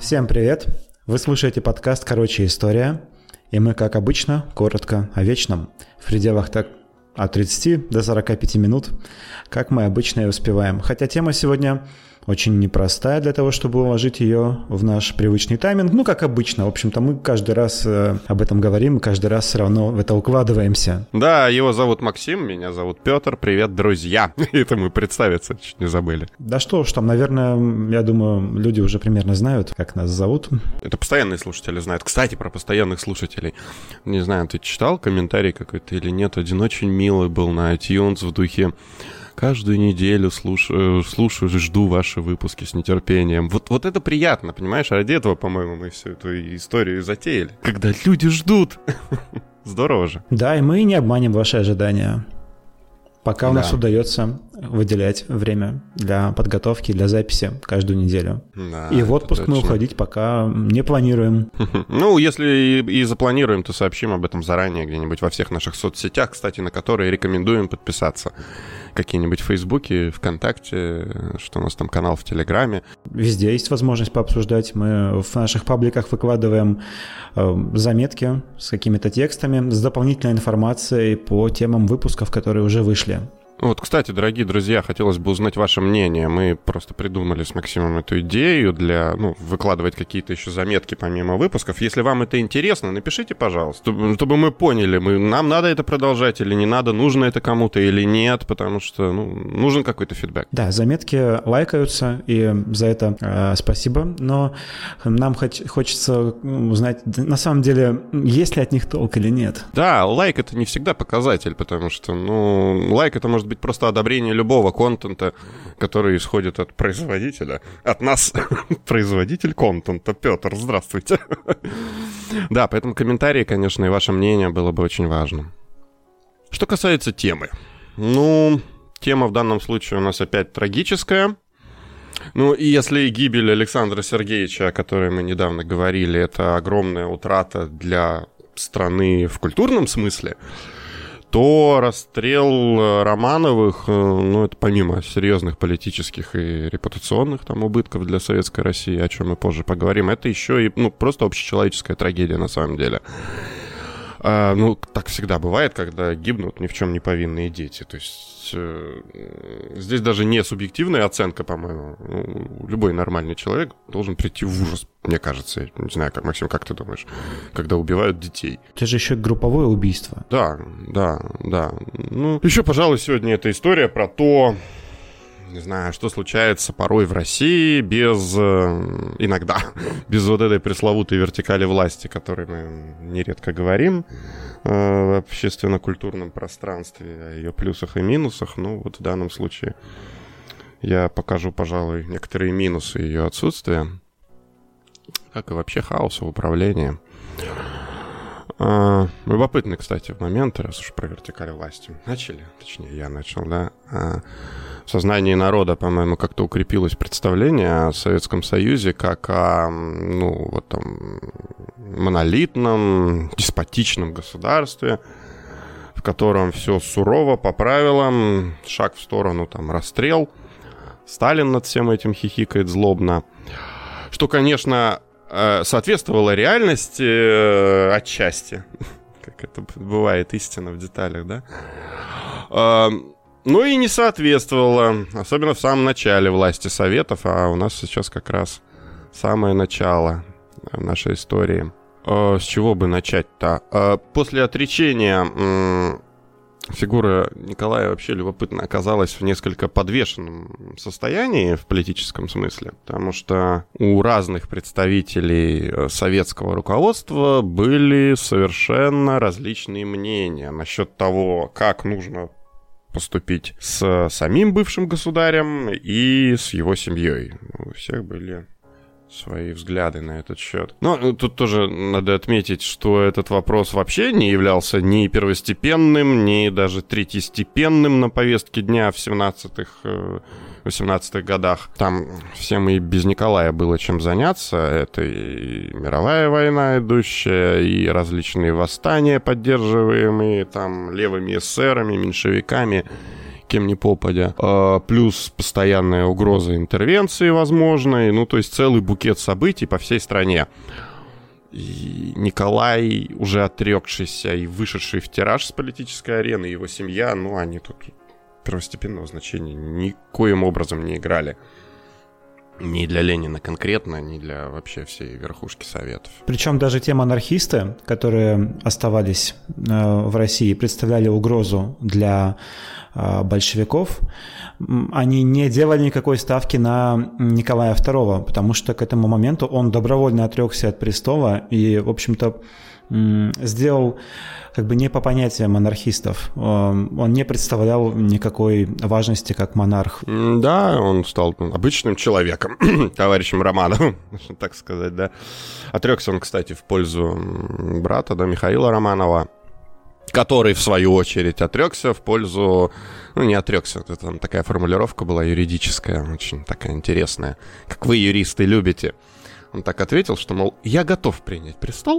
Всем привет! Вы слушаете подкаст «Короче, история». И мы, как обычно, коротко о вечном, в пределах так от 30 до 45 минут, как мы обычно и успеваем. Хотя тема сегодня очень непростая для того, чтобы уложить ее в наш привычный тайминг. Ну, как обычно. В общем-то, мы каждый раз об этом говорим, и каждый раз все равно в это укладываемся. Да, его зовут Максим, меня зовут Петр. Привет, друзья. Это мы представиться чуть не забыли. Да что уж там, наверное, я думаю, люди уже примерно знают, как нас зовут. Это постоянные слушатели знают. Кстати, про постоянных слушателей. Не знаю, ты читал комментарий какой-то или нет? Один очень милый был на iTunes в духе: каждую неделю слушаю, жду ваши выпуски с нетерпением. Вот это приятно, понимаешь? Ради этого, по-моему, мы всю эту историю затеяли. Когда люди ждут. Здорово же. Да, и мы не обманем ваши ожидания. Пока у нас удается выделять время для подготовки, для записи каждую неделю. Да, и в отпуск мы уходить пока не планируем. Ну, если и запланируем, то сообщим об этом заранее где-нибудь во всех наших соцсетях, кстати, на которые рекомендуем подписаться. Какие-нибудь в Фейсбуке, ВКонтакте, что у нас там канал в Телеграме. Везде есть возможность пообсуждать. Мы в наших пабликах выкладываем заметки с какими-то текстами, с дополнительной информацией по темам выпусков, которые уже вышли. Вот, кстати, дорогие друзья, хотелось бы узнать ваше мнение. Мы просто придумали с Максимом эту идею для, выкладывать какие-то еще заметки помимо выпусков. Если вам это интересно, напишите, пожалуйста, чтобы мы поняли, нам надо это продолжать или не надо, нужно это кому-то или нет, потому что, нужен какой-то фидбэк. Да, заметки лайкаются, и за это спасибо, но нам хочется узнать, на самом деле, есть ли от них толк или нет. Да, лайк — это не всегда показатель, потому что, лайк — это может быть просто одобрение любого контента, который исходит от производителя. От нас производитель контента. Петр, здравствуйте. Да, поэтому комментарии, конечно, и ваше мнение было бы очень важно. Что касается темы. Тема в данном случае у нас опять трагическая. И если гибель Александра Сергеевича, о которой мы недавно говорили, это огромная утрата для страны в культурном смысле, то расстрел Романовых, это помимо серьезных политических и репутационных убытков для Советской России, о чем мы позже поговорим, это еще и просто общечеловеческая трагедия на самом деле. Так всегда бывает, когда гибнут ни в чем не повинные дети. То есть здесь даже не субъективная оценка, по-моему. Любой нормальный человек должен прийти в ужас, мне кажется. Я не знаю, Максим, как ты думаешь, когда убивают детей? Это же еще групповое убийство. Да. Еще, пожалуй, сегодня эта история про то, не знаю, что случается порой в России иногда, без вот этой пресловутой вертикали власти, о которой мы нередко говорим в общественно-культурном пространстве, о ее плюсах и минусах. В данном случае я покажу, пожалуй, некоторые минусы ее отсутствия, как и вообще хаоса в управлении. Любопытный, кстати, момент, раз уж про вертикаль власти начали, точнее, я начал, да. В сознании народа, по-моему, как-то укрепилось представление о Советском Союзе как о, монолитном, деспотичном государстве, в котором все сурово, по правилам, шаг в сторону, расстрел. Сталин над всем этим хихикает злобно. Что, конечно, соответствовало реальности отчасти, как это бывает, истина в деталях, да? И не соответствовало, особенно в самом начале власти Советов, а у нас сейчас как раз самое начало нашей истории. С чего бы начать-то? После отречения фигура Николая вообще любопытно оказалась в несколько подвешенном состоянии в политическом смысле, потому что у разных представителей советского руководства были совершенно различные мнения насчет того, как нужно поступить с самим бывшим государем и с его семьей. У всех были свои взгляды на этот счет. Но тут тоже надо отметить, что этот вопрос вообще не являлся ни первостепенным, ни даже третьестепенным на повестке дня в 18-х годах. Там всем и без Николая было чем заняться. Это и мировая война идущая, и различные восстания, поддерживаемые левыми эсерами, меньшевиками кем ни попадя. Плюс постоянная угроза интервенции возможной. Ну, то есть целый букет событий по всей стране. И Николай, уже отрекшийся и вышедший в тираж с политической арены, его семья, ну, они тут первостепенного значения никоим образом не играли. Ни для Ленина конкретно, ни для вообще всей верхушки Советов. Причем даже те монархисты, которые оставались в России, представляли угрозу для большевиков, они не делали никакой ставки на Николая II, потому что к этому моменту он добровольно отрекся от престола и, в общем-то, сделал как бы не по понятиям монархистов. Он не представлял никакой важности как монарх. Да, он стал обычным человеком, товарищем Романовым, так сказать, да. Отрекся он, кстати, в пользу брата, да, Михаила Романова, который, в свою очередь, отрекся в пользу... Ну, не отрекся, это там такая формулировка была юридическая, очень такая интересная, как вы, юристы, любите. Он так ответил, что, мол, я готов принять престол,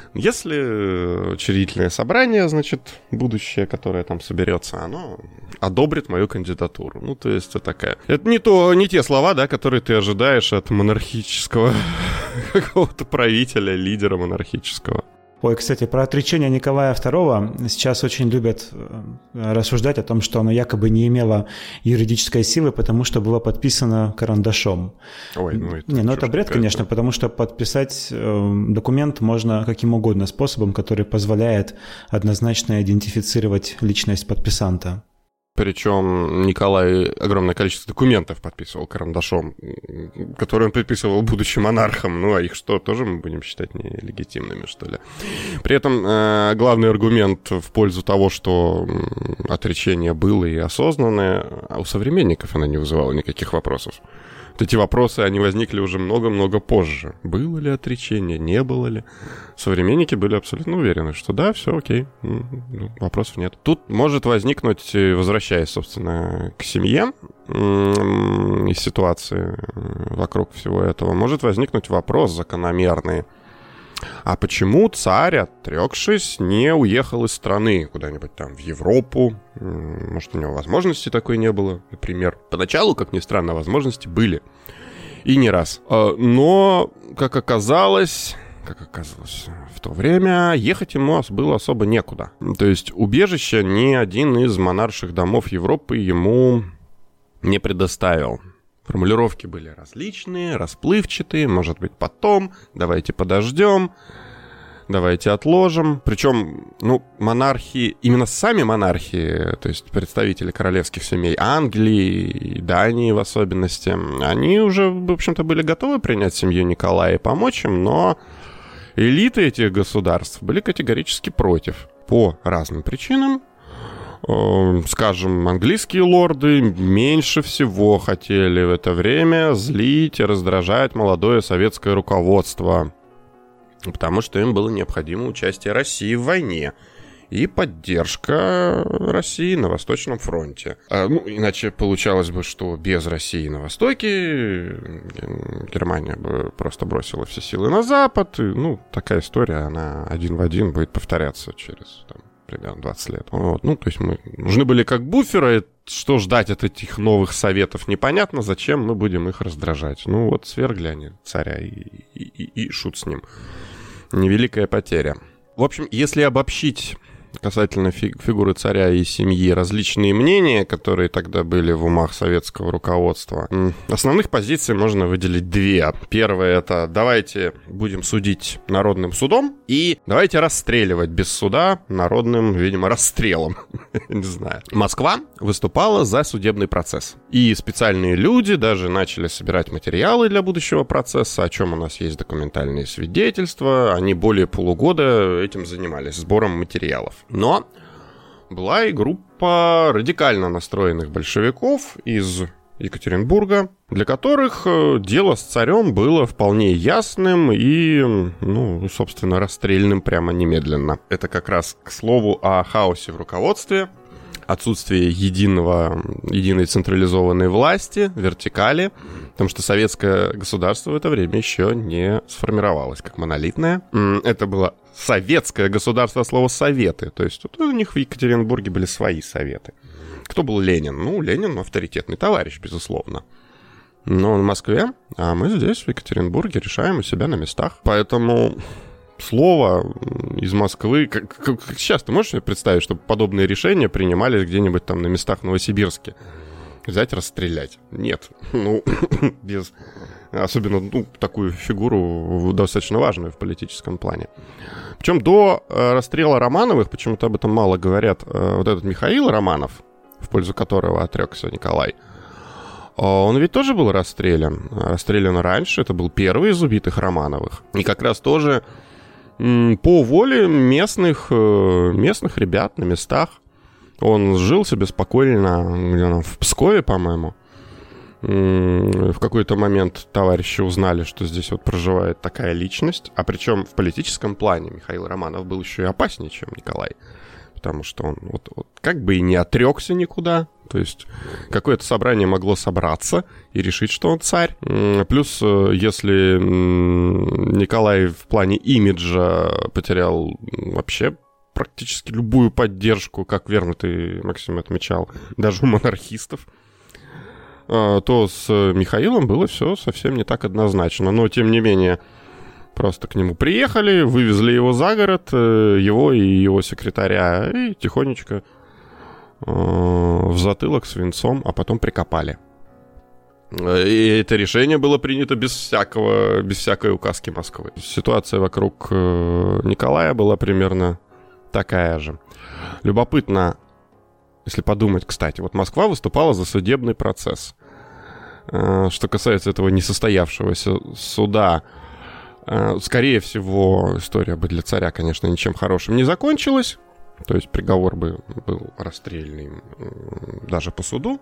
если учредительное собрание, значит, будущее, которое там соберется, оно одобрит мою кандидатуру. Ну, то есть, это такая... Это не те слова, да, которые ты ожидаешь от монархического какого-то правителя, лидера монархического. Ой, кстати, про отречение Николая II сейчас очень любят рассуждать о том, что оно якобы не имело юридической силы, потому что было подписано карандашом. Ой, это бред, конечно, потому что подписать документ можно каким угодно способом, который позволяет однозначно идентифицировать личность подписанта. Причем Николай огромное количество документов подписывал карандашом, которые он подписывал будущим монархам. Ну, а их что, тоже мы будем считать нелегитимными, что ли? При этом главный аргумент в пользу того, что отречение было и осознанное, а у современников оно не вызывало никаких вопросов. Вот эти вопросы, они возникли уже много-много позже. Было ли отречение, не было ли? Современники были абсолютно уверены, что да, все окей, вопросов нет. Тут может возникнуть, возвращаясь, собственно, к семье и ситуации вокруг всего этого, может возникнуть вопрос закономерный. А почему царь, отрекшись, не уехал из страны куда-нибудь там в Европу? Может, у него возможности такой не было, например. Поначалу, как ни странно, возможности были. И не раз. Но, как оказалось в то время, ехать ему было особо некуда. То есть убежище ни один из монарших домов Европы ему не предоставил. Формулировки были различные, расплывчатые, может быть, потом, давайте подождем, давайте отложим. Причем, монархи, именно сами монархи, то есть представители королевских семей Англии и Дании в особенности, они уже, в общем-то, были готовы принять семью Николая и помочь им, но элиты этих государств были категорически против по разным причинам. Скажем, английские лорды меньше всего хотели в это время злить и раздражать молодое советское руководство, потому что им было необходимо участие России в войне и поддержка России на Восточном фронте. Иначе получалось бы, что без России на Востоке Германия бы просто бросила все силы на Запад, и, такая история, она один в один будет повторяться через примерно 20 лет. Вот. То есть мы нужны были как буферы. Что ждать от этих новых советов непонятно. Зачем мы будем их раздражать? Свергли они царя и шут с ним. Невеликая потеря. В общем, если обобщить касательно фигуры царя и семьи различные мнения, которые тогда были в умах советского руководства, основных позиций можно выделить две. Первое — это давайте будем судить народным судом, и давайте расстреливать без суда народным, видимо, расстрелом. Не знаю. Москва выступала за судебный процесс. И специальные люди даже начали собирать материалы для будущего процесса, о чем у нас есть документальные свидетельства. Они более полугода этим занимались, сбором материалов. Но была и группа радикально настроенных большевиков из Екатеринбурга, для которых дело с царем было вполне ясным и, собственно, расстрельным прямо немедленно. Это как раз к слову о хаосе в руководстве, отсутствии единой централизованной власти, вертикали, потому что советское государство в это время еще не сформировалось как монолитное. Это было советское государство, слово «советы», то есть у них в Екатеринбурге были свои советы. Кто был Ленин? Ну, Ленин авторитетный товарищ, безусловно. Но он в Москве, а мы здесь, в Екатеринбурге, решаем у себя на местах. Поэтому слово из Москвы... Как сейчас ты можешь себе представить, чтобы подобные решения принимались где-нибудь там на местах в Новосибирске? Взять, расстрелять? Нет. Ну, без... Особенно, такую фигуру достаточно важную в политическом плане. Причем до расстрела Романовых, почему-то об этом мало говорят, вот этот Михаил Романов, в пользу которого отрекся Николай, он ведь тоже был расстрелян. Расстрелян раньше, это был первый из убитых Романовых. И как раз тоже по воле местных ребят на местах. Он жил себе спокойно, в Пскове, по-моему. В какой-то момент товарищи узнали, что здесь вот проживает такая личность. А причем в политическом плане Михаил Романов был еще и опаснее, чем Николай. Потому что он вот как бы и не отрекся никуда. То есть какое-то собрание могло собраться и решить, что он царь. Плюс, если Николай в плане имиджа потерял вообще практически любую поддержку, как верно ты, Максим, отмечал, даже у монархистов, то с Михаилом было все совсем не так однозначно. Но, тем не менее, просто к нему приехали, вывезли его за город, его и его секретаря, и тихонечко в затылок свинцом, а потом прикопали. И это решение было принято без всякой указки Москвы. Ситуация вокруг Николая была примерно такая же. Любопытно, если подумать, кстати, вот Москва выступала за судебный процесс. Что касается этого несостоявшегося суда, скорее всего, история бы для царя, конечно, ничем хорошим не закончилась. То есть приговор бы был расстрельный даже по суду.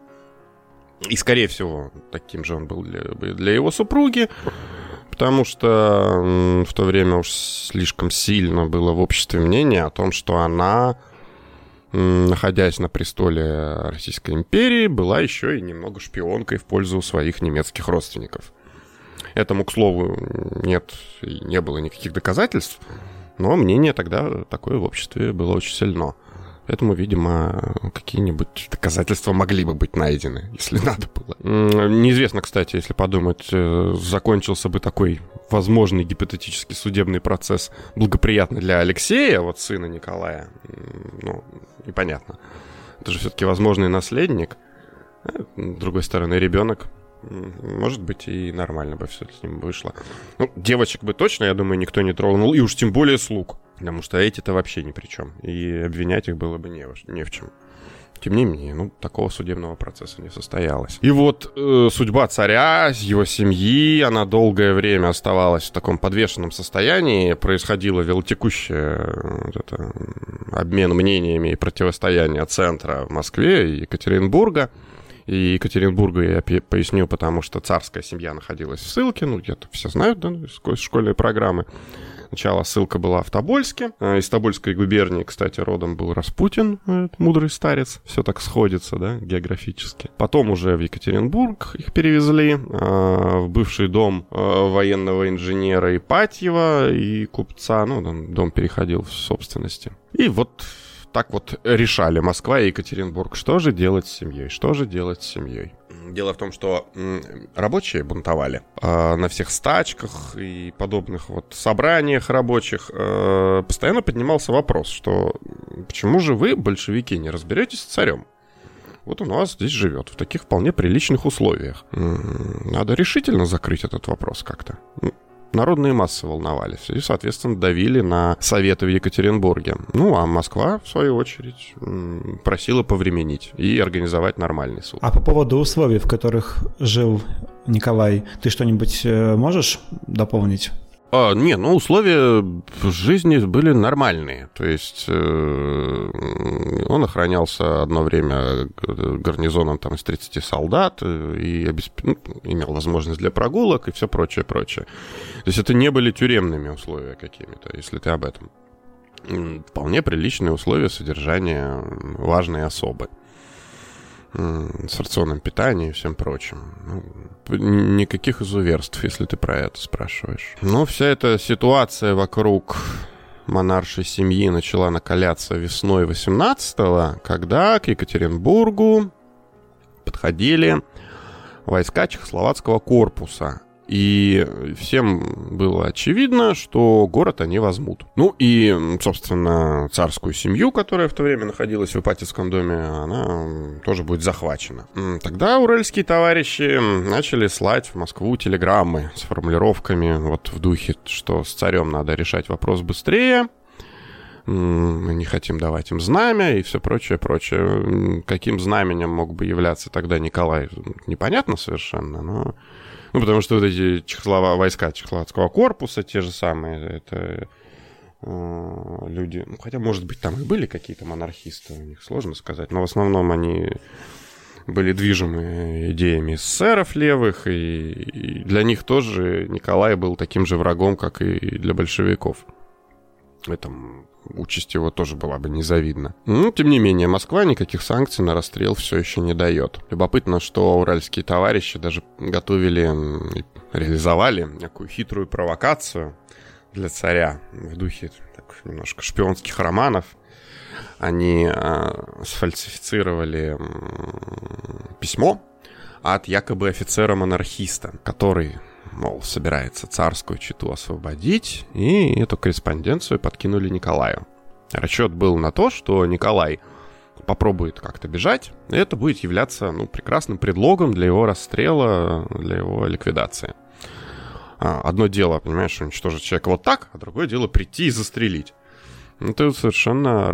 И, скорее всего, таким же он был для его супруги. Потому что в то время уж слишком сильно было в обществе мнение о том, что она, находясь на престоле Российской империи, была еще и немного шпионкой в пользу своих немецких родственников. Этому, к слову, не было никаких доказательств, но мнение тогда такое в обществе было очень сильно. Поэтому, видимо, какие-нибудь доказательства могли бы быть найдены, если надо было. Неизвестно, кстати, если подумать, закончился бы такой возможный гипотетический судебный процесс благоприятно для Алексея, вот сына Николая. Ну, непонятно. Это же все-таки возможный наследник. С другой стороны, ребенок. Может быть, и нормально бы все с ним вышло. Ну, девочек бы точно, я думаю, никто не тронул. И уж тем более слуг. Потому что эти-то вообще ни при чем. И обвинять их было бы не в чем. Тем не менее, такого судебного процесса не состоялось. И вот судьба царя, его семьи, она долгое время оставалась в таком подвешенном состоянии. Происходило велотекущее обмен мнениями и противостояние центра в Москве и Екатеринбурга. И Екатеринбурга я поясню, потому что царская семья находилась в ссылке. Где-то все знают, да, из школьной программы. Сначала ссылка была в Тобольске. Из Тобольской губернии, кстати, родом был Распутин, мудрый старец. Все так сходится, да, географически. Потом уже в Екатеринбург их перевезли, в бывший дом военного инженера Ипатьева и купца. Дом переходил в собственности. И вот так вот решали Москва и Екатеринбург. Что же делать с семьей? Дело в том, что рабочие бунтовали. На всех стачках и подобных вот собраниях рабочих постоянно поднимался вопрос, что почему же вы, большевики, не разберетесь с царем? Вот он у вас здесь живет в таких вполне приличных условиях. Надо решительно закрыть этот вопрос как-то. Народные массы волновались и, соответственно, давили на советы в Екатеринбурге. А Москва, в свою очередь, просила повременить и организовать нормальный суд. А по поводу условий, в которых жил Николай, ты что-нибудь можешь дополнить? Условия жизни были нормальные. То есть он охранялся одно время гарнизоном из 30 солдат и имел возможность для прогулок и все прочее. То есть это не были тюремными условия какими-то, если ты об этом. Вполне приличные условия содержания важной особы. С рационным питанием и всем прочим. Никаких изуверств, если ты про это спрашиваешь. Вся эта ситуация вокруг монаршей семьи начала накаляться весной 18-го, когда к Екатеринбургу подходили войска Чехословацкого корпуса. И всем было очевидно, что город они возьмут. Ну и, собственно, царскую семью, которая в то время находилась в Ипатьевском доме, она тоже будет захвачена. Тогда уральские товарищи начали слать в Москву телеграммы с формулировками вот в духе, что с царем надо решать вопрос быстрее, мы не хотим давать им знамя и все прочее, прочее. Каким знаменем мог бы являться тогда Николай, непонятно совершенно, но... Ну, потому что вот эти войска Чехословацкого корпуса, те же самые, это люди... Ну, хотя, может быть, там и были какие-то монархисты, у них сложно сказать, но в основном они были движимы идеями эсеров левых, и для них тоже Николай был таким же врагом, как и для большевиков. В этом участь его тоже была бы незавидна. Но, тем не менее, Москва никаких санкций на расстрел все еще не дает. Любопытно, что уральские товарищи даже готовили, реализовали некую хитрую провокацию для царя в духе так, немножко шпионских романов. Они сфальсифицировали письмо от якобы офицера-монархиста, который... мол, собирается царскую чету освободить, и эту корреспонденцию подкинули Николаю. Расчет был на то, что Николай попробует как-то бежать, и это будет являться, ну, прекрасным предлогом для его расстрела, для его ликвидации. Одно дело, понимаешь, уничтожить человека вот так, а другое дело прийти и застрелить. Это совершенно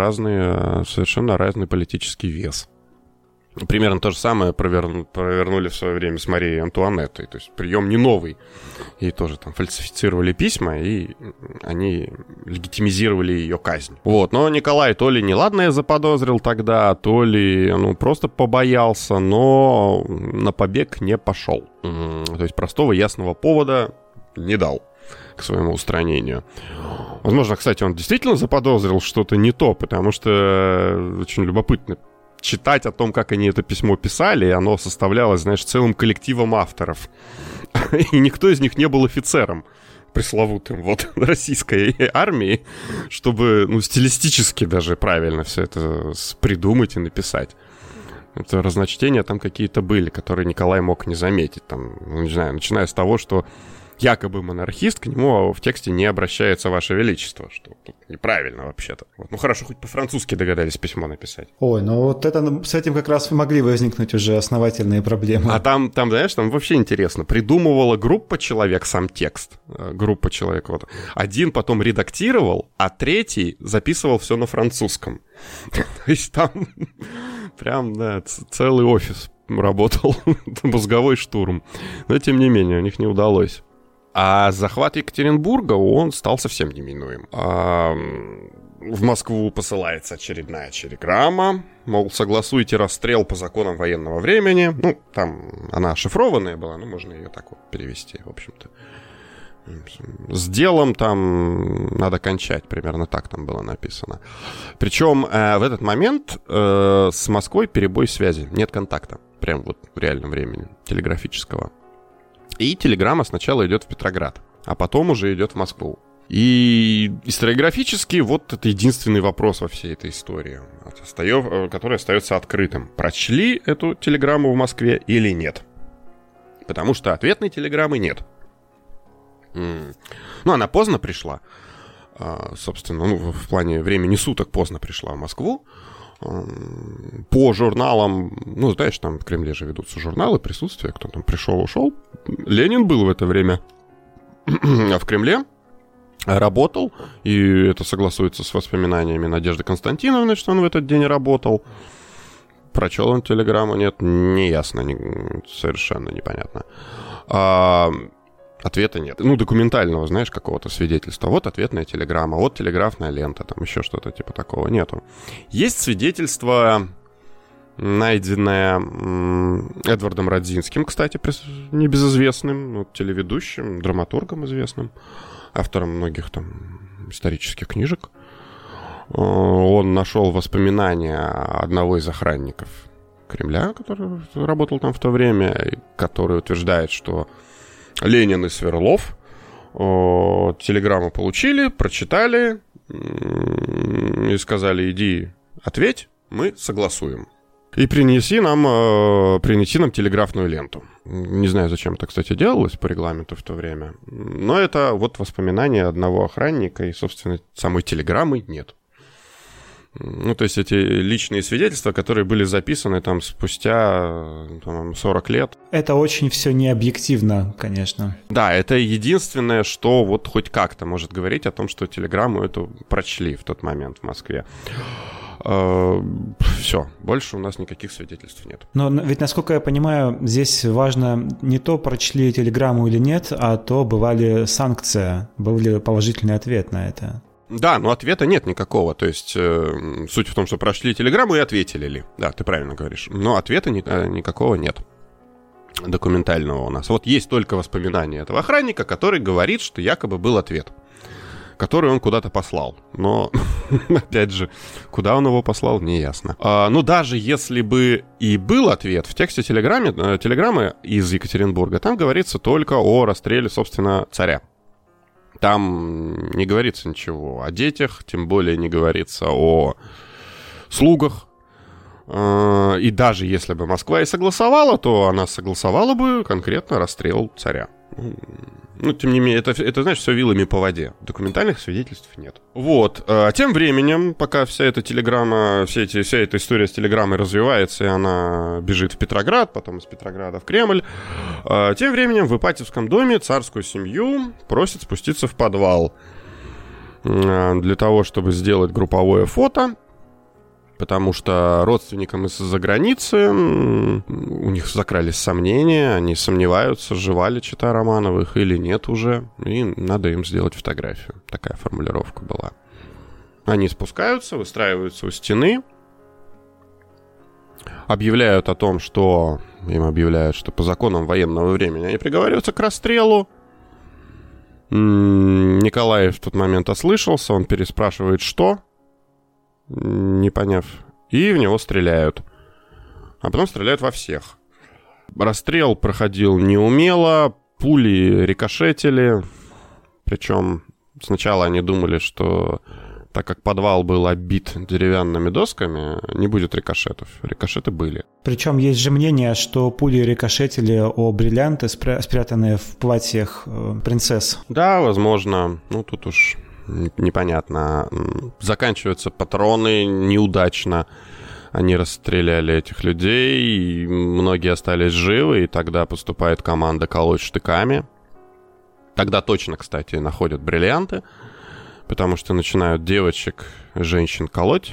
разный политический вес. Примерно то же самое провернули в свое время с Марией Антуанеттой. То есть прием не новый. Ей тоже там фальсифицировали письма, и они легитимизировали ее казнь. Вот. Но Николай то ли неладное заподозрил тогда, то ли просто побоялся, но на побег не пошел. То есть простого ясного повода не дал к своему устранению. Возможно, кстати, он действительно заподозрил что-то не то, потому что очень любопытно читать о том, как они это письмо писали, и оно составлялось, знаешь, целым коллективом авторов. И никто из них не был офицером пресловутым вот российской армии, чтобы, стилистически даже правильно все это придумать и написать. Это разночтения там какие-то были, которые Николай мог не заметить. Там, не знаю, начиная с того, что якобы монархист, к нему в тексте не обращается Ваше Величество, что тут неправильно вообще-то. Вот. Ну хорошо, хоть по-французски догадались письмо написать. Ой, ну вот это с этим как раз могли возникнуть уже основательные проблемы. А там, знаешь, там вообще интересно. Придумывала группа человек сам текст. Группа человек вот. Один потом редактировал, а третий записывал все на французском. То есть там прям, да, целый офис работал, мозговой штурм. Но тем не менее, у них не удалось. А захват Екатеринбурга, он стал совсем неминуем. В Москву посылается очередная телеграмма, мол, согласуйте расстрел по законам военного времени. Ну, там она ошифрованная была, но можно ее так вот перевести, в общем-то. С делом там надо кончать, примерно так там было написано. Причем в этот момент с Москвой перебой связи, нет контакта, прям вот в реальном времени, телеграфического. И телеграмма сначала идет в Петроград, а потом уже идет в Москву. И историографически вот это единственный вопрос во всей этой истории, который остается открытым. Прочли эту телеграмму в Москве или нет? Потому что ответной телеграммы нет. Ну, она поздно пришла. Собственно, в плане времени суток поздно пришла в Москву. По журналам, знаешь, там в Кремле же ведутся журналы присутствия, кто там пришел, ушел. Ленин был в это время в Кремле, работал, и это согласуется с воспоминаниями Надежды Константиновны, что он в этот день работал. Прочел он телеграмму, нет, неясно, совершенно непонятно. Ответа нет. Документального, знаешь, какого-то свидетельства. Вот ответная телеграмма, вот телеграфная лента, там еще что-то типа такого нету. Есть свидетельство, найденное Эдвардом Радзинским, кстати, небезызвестным, телеведущим, драматургом известным, автором многих там исторических книжек. Он нашел воспоминания одного из охранников Кремля, который работал там в то время, который утверждает, что Ленин и Сверлов телеграмму получили, прочитали, и сказали: иди, ответь, мы согласуем. И принеси нам телеграфную ленту. Не знаю, зачем это, кстати, делалось по регламенту в то время, но это вот воспоминания одного охранника, и, собственно, самой телеграммы нет. Ну, то есть эти личные свидетельства, которые были записаны там спустя 40 лет. Это очень все необъективно, конечно. Да, это единственное, что вот хоть как-то может говорить о том, что телеграмму эту прочли в тот момент в Москве. Все, больше у нас никаких свидетельств нет. Но ведь, насколько я понимаю, здесь важно не то, прочли телеграмму или нет, а то, была ли санкция, был ли положительный ответ на это. Да, но ответа нет никакого. То есть суть в том, что прошли телеграмму и ответили ли. Да, ты правильно говоришь. Но ответа никакого нет документального у нас. Вот есть только воспоминания этого охранника, который говорит, что якобы был ответ, который он куда-то послал. Но, опять же, куда он его послал, не ясно. Но даже если бы и был ответ, в тексте телеграммы из Екатеринбурга, там говорится только о расстреле, собственно, царя. Там не говорится ничего о детях, тем более не говорится о слугах. И даже если бы Москва и согласовала, то она согласовала бы конкретно расстрел царя. Ну, тем не менее, это знаешь, все вилами по воде. Документальных свидетельств нет. Вот. А тем временем, пока вся эта телеграмма, вся эта история с телеграммой развивается, и она бежит в Петроград, потом из Петрограда в Кремль, тем временем в Ипатьевском доме царскую семью просят спуститься в подвал для того, чтобы сделать групповое фото, потому что родственникам из-за границы у них закрались сомнения, они сомневаются, жива ли чета Романовых или нет уже, и надо им сделать фотографию. Такая формулировка была. Они спускаются, выстраиваются у стены, объявляют о том, что им объявляют, что по законам военного времени они приговариваются к расстрелу. Николай в тот момент ослышался, он переспрашивает, что... не поняв, и в него стреляют. А потом стреляют во всех. Расстрел проходил неумело, пули рикошетили. Причем сначала они думали, что так как подвал был оббит деревянными досками, не будет рикошетов. Рикошеты были. Причем есть же мнение, что пули рикошетили о бриллианты, спрятанные в платьях принцесс. Да, возможно. Ну, тут уж... непонятно. Заканчиваются патроны неудачно. Они расстреляли этих людей, и многие остались живы, и тогда поступает команда колоть штыками. Тогда точно, кстати, находят бриллианты, потому что начинают девочек, женщин колоть,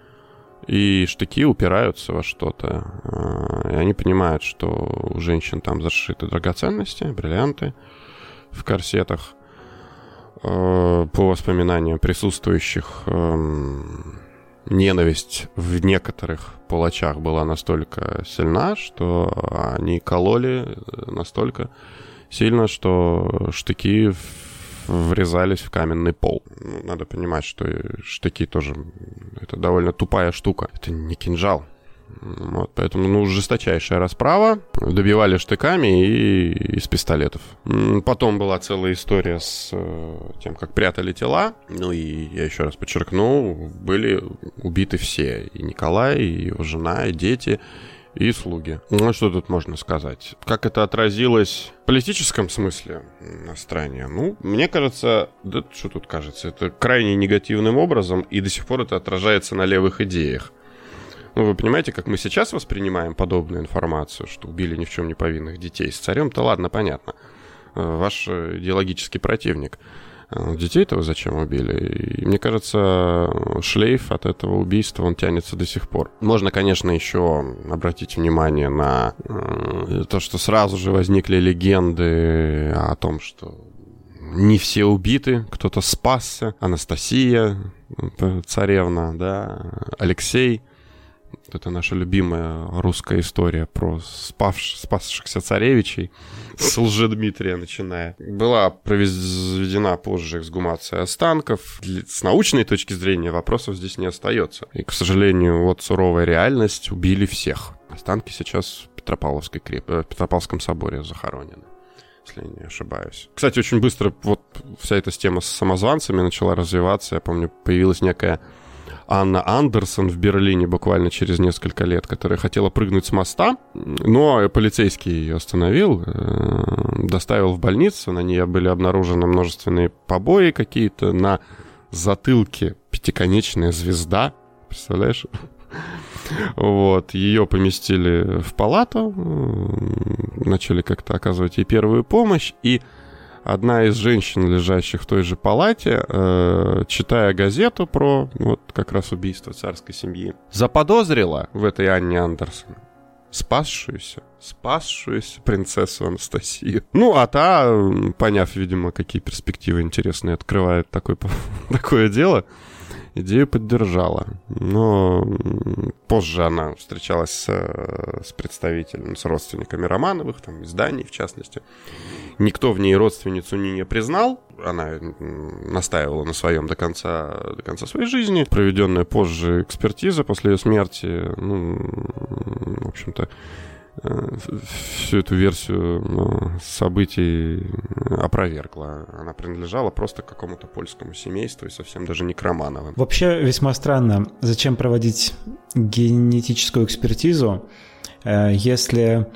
и штыки упираются во что-то. И они понимают, что у женщин там зашиты драгоценности, бриллианты в корсетах. По воспоминаниям присутствующих, ненависть в некоторых палачах была настолько сильна, что они кололи настолько сильно, что штыки врезались в каменный пол. Надо понимать, что штыки тоже это довольно тупая штука. Это не кинжал. Вот, поэтому, жесточайшая расправа. Добивали штыками и из пистолетов. Потом была целая история с тем, как прятали тела. Ну и, я еще раз подчеркну, были убиты все. И Николай, и его жена, и дети, и слуги. Ну, что тут можно сказать? Как это отразилось в политическом смысле на стране? Ну, мне кажется, да что тут кажется, это крайне негативным образом, и до сих пор это отражается на левых идеях. Ну, вы понимаете, как мы сейчас воспринимаем подобную информацию, что убили ни в чем не повинных детей. С царем-то ладно, понятно. Ваш идеологический противник. Детей-то вы зачем убили? И мне кажется, шлейф от этого убийства, он тянется до сих пор. Можно, конечно, еще обратить внимание на то, что сразу же возникли легенды о том, что не все убиты, кто-то спасся. Анастасия, царевна, да, Алексей. Это наша любимая русская история про спасшихся царевичей с Лжедмитрия начиная. Была проведена позже эксгумация останков. С научной точки зрения вопросов здесь не остается. И, к сожалению, вот суровая реальность: убили всех. Останки сейчас в Петропавловском соборе захоронены. если я не ошибаюсь. Кстати, очень быстро вот вся эта тема с самозванцами начала развиваться. Я помню, появилась некая Анна Андерсон в Берлине буквально через несколько лет, которая хотела прыгнуть с моста, но полицейский ее остановил, доставил в больницу, на ней были обнаружены множественные побои какие-то, на затылке пятиконечная звезда, представляешь? Вот, ее поместили в палату, начали как-то оказывать ей первую помощь, и одна из женщин, лежащих в той же палате, читая газету про вот как раз убийство царской семьи, заподозрила в этой Анне Андерсон спасшуюся принцессу Анастасию. Ну, а та, поняв, видимо, какие перспективы интересные открывает такое дело, идею поддержала. Но позже она встречалась с представителями, с родственниками Романовых, там, из Дании, в частности. Никто в ней родственницу не признал. Она настаивала на своем до конца своей жизни. Проведенная позже экспертиза после ее смерти, в общем-то, всю эту версию событий опровергла. Она принадлежала просто к какому-то польскому семейству и совсем даже не к Романовым. Вообще весьма странно, зачем проводить генетическую экспертизу, если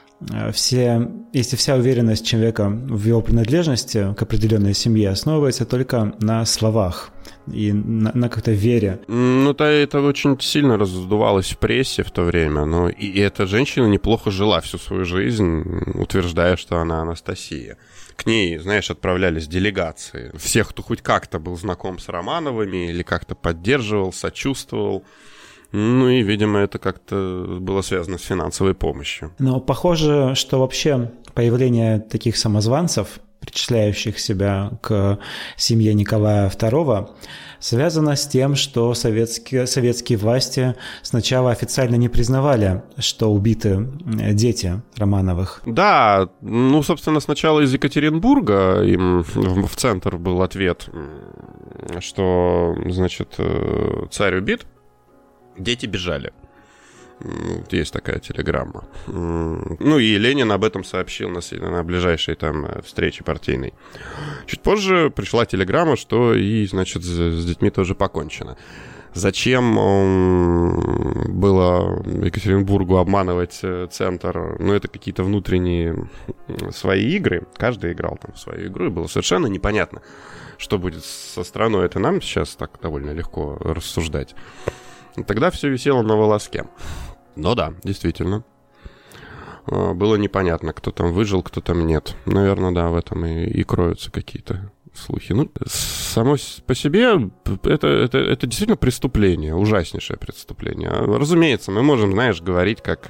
вся уверенность человека в его принадлежности к определенной семье основывается только на словах и на как-то вере. Это очень сильно раздувалось в прессе в то время, но и эта женщина неплохо жила всю свою жизнь, утверждая, что она Анастасия. К ней, знаешь, отправлялись делегации. Всех, кто хоть как-то был знаком с Романовыми или как-то поддерживал, сочувствовал. И, видимо, это как-то было связано с финансовой помощью. Но похоже, что вообще появление таких самозванцев, причисляющих себя к семье Николая II, связано с тем, что советские власти сначала официально не признавали, что убиты дети Романовых. Да, собственно, сначала из Екатеринбурга им в центр был ответ, что, значит, царь убит, дети бежали. Есть такая телеграмма. И Ленин об этом сообщил на ближайшей там встрече партийной. Чуть позже пришла телеграмма, что и, значит, с детьми тоже покончено. Зачем было Екатеринбургу обманывать центр? Это какие-то внутренние свои игры. Каждый играл там в свою игру, и было совершенно непонятно, что будет со страной. Это нам сейчас так довольно легко рассуждать. Тогда все висело на волоске. Но да, действительно. Было непонятно, кто там выжил, кто там нет. Наверное, да, в этом и кроются какие-то слухи. Само по себе это действительно преступление, ужаснейшее преступление. Разумеется, мы можем, говорить, как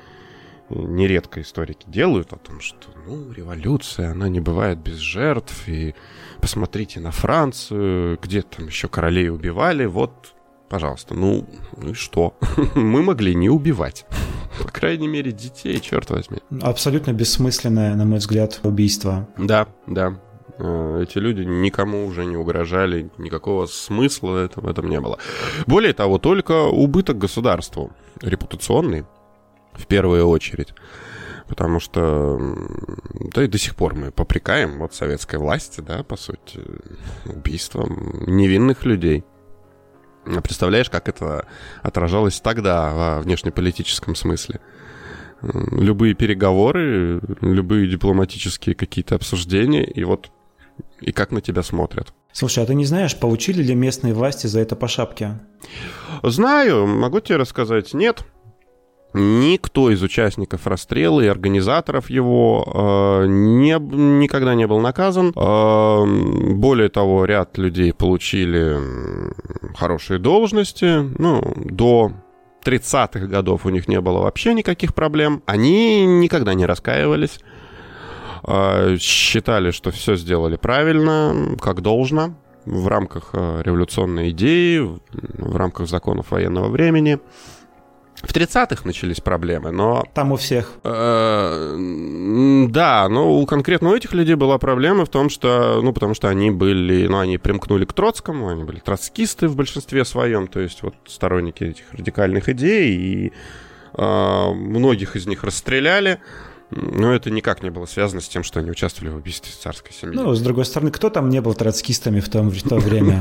нередко историки делают, о том, что, революция, она не бывает без жертв, и посмотрите на Францию, где там еще королей убивали, вот... Пожалуйста, и что? Мы могли не убивать. По крайней мере, детей, черт возьми. Абсолютно бессмысленное, на мой взгляд, убийство. Да. Эти люди никому уже не угрожали, никакого смысла в этом не было. Более того, только убыток государству, репутационный, в первую очередь. Потому что, да и до сих пор мы попрекаем советской власти, да, по сути, убийством невинных людей. Представляешь, как это отражалось тогда во внешнеполитическом смысле? Любые переговоры, любые дипломатические какие-то обсуждения, и как на тебя смотрят. Слушай, а ты не знаешь, получили ли местные власти за это по шапке? Знаю, могу тебе рассказать, нет. Никто из участников расстрела и организаторов его никогда не был наказан. Более того, ряд людей получили хорошие должности. До 30-х годов у них не было вообще никаких проблем. Они никогда не раскаивались. Считали, что все сделали правильно, как должно, в рамках революционной идеи, в рамках законов военного времени. В 30-х начались проблемы, но... Там у всех. Да, но конкретно у этих людей была проблема в том, что... потому что они были... они примкнули к Троцкому, они были троцкисты в большинстве своем, то есть сторонники этих радикальных идей, и многих из них расстреляли. Но это никак не было связано с тем, что они участвовали в убийстве царской семьи. Ну, с другой стороны, кто там не был троцкистами в то время?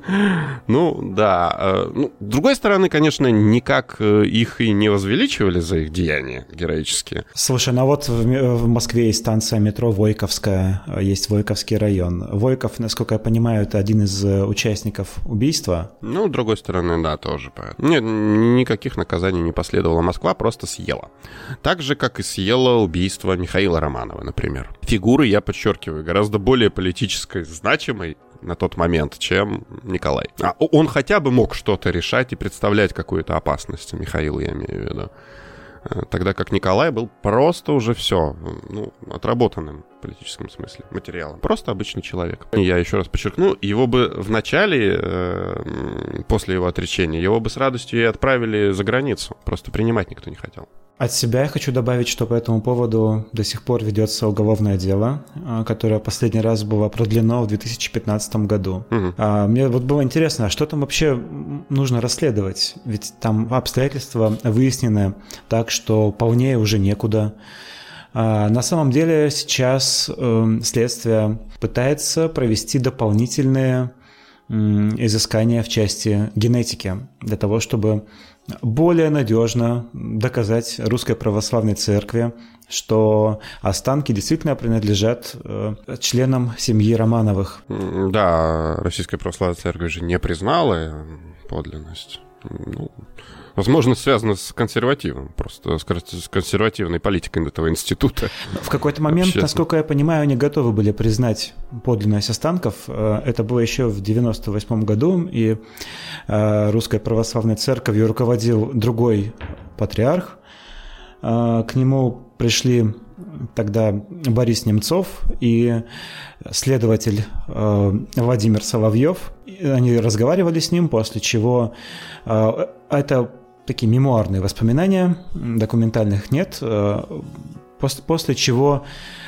Ну, да. С другой стороны, конечно, никак их и не возвеличивали за их деяния героические. Слушай, ну вот в Москве есть станция метро Войковская, есть Войковский район. Войков, насколько я понимаю, это один из участников убийства. Ну, с другой стороны, да, тоже. Нет, никаких наказаний не последовало. Москва просто съела. Так же, как и съела убийство Михаила Романова, например. Фигуры, я подчеркиваю, гораздо более политически значимой на тот момент, чем Николай. Он хотя бы мог что-то решать и представлять какую-то опасность, Михаил, я имею в виду. Тогда как Николай был просто уже все, отработанным в политическом смысле материалом. Просто обычный человек. Я еще раз подчеркну, его бы в начале, после его отречения, его бы с радостью и отправили за границу. Просто принимать никто не хотел. От себя я хочу добавить, что по этому поводу до сих пор ведется уголовное дело, которое последний раз было продлено в 2015 году. Мне вот было интересно, а что там вообще нужно расследовать? Ведь там обстоятельства выяснены так, что полнее уже некуда. На самом деле сейчас следствие пытается провести дополнительные изыскания в части генетики для того, чтобы более надежно доказать Русской Православной Церкви, что останки действительно принадлежат членам семьи Романовых. Да, Российская Православная Церковь же не признала подлинность. Возможно, связано с консервативом, просто с консервативной политикой этого института. В какой-то момент, насколько я понимаю, они готовы были признать подлинность останков. Это было еще в 1998 году, и Русской Православной Церковью руководил другой патриарх. К нему пришли тогда Борис Немцов и следователь Владимир Соловьев. Они разговаривали с ним, после чего это такие мемуарные воспоминания, документальных нет, после чего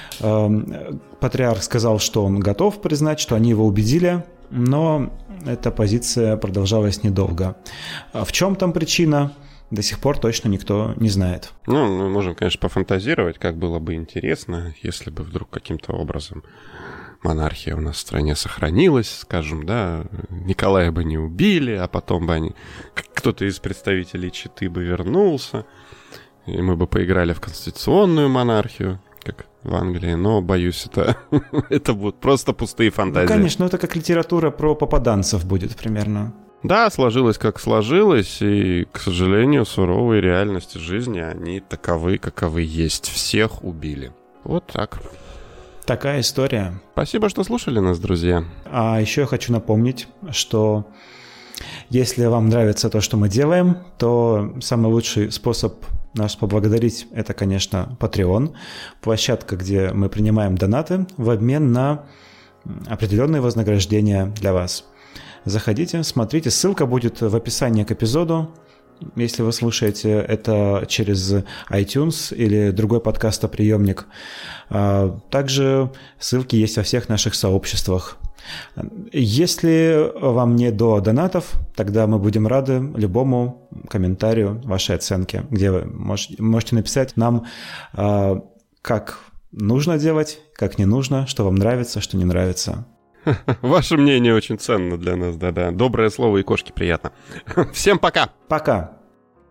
патриарх сказал, что он готов признать, что они его убедили, но эта позиция продолжалась недолго. В чем там причина? До сих пор точно никто не знает. Мы можем, конечно, пофантазировать, как было бы интересно, если бы вдруг каким-то образом монархия у нас в стране сохранилась, скажем, да, Николая бы не убили, а потом бы кто-то из представителей Четы бы вернулся, и мы бы поиграли в конституционную монархию, как в Англии, но, боюсь, это будут просто пустые фантазии. Конечно, это как литература про попаданцев будет примерно. Да, сложилось как сложилось, и, к сожалению, суровые реальности жизни, они таковы, каковы есть. Всех убили. Вот так. Такая история. Спасибо, что слушали нас, друзья. А еще я хочу напомнить, что если вам нравится то, что мы делаем, то самый лучший способ нас поблагодарить – это, конечно, Patreon, площадка, где мы принимаем донаты в обмен на определенные вознаграждения для вас. Заходите, смотрите, ссылка будет в описании к эпизоду. Если вы слушаете это через iTunes или другой подкастоприемник. Также ссылки есть во всех наших сообществах. Если вам не до донатов, тогда мы будем рады любому комментарию, вашей оценке, где вы можете написать нам, как нужно делать, как не нужно, что вам нравится, что не нравится. Ваше мнение очень ценно для нас, да-да. Доброе слово и кошке приятно. Всем пока! Пока!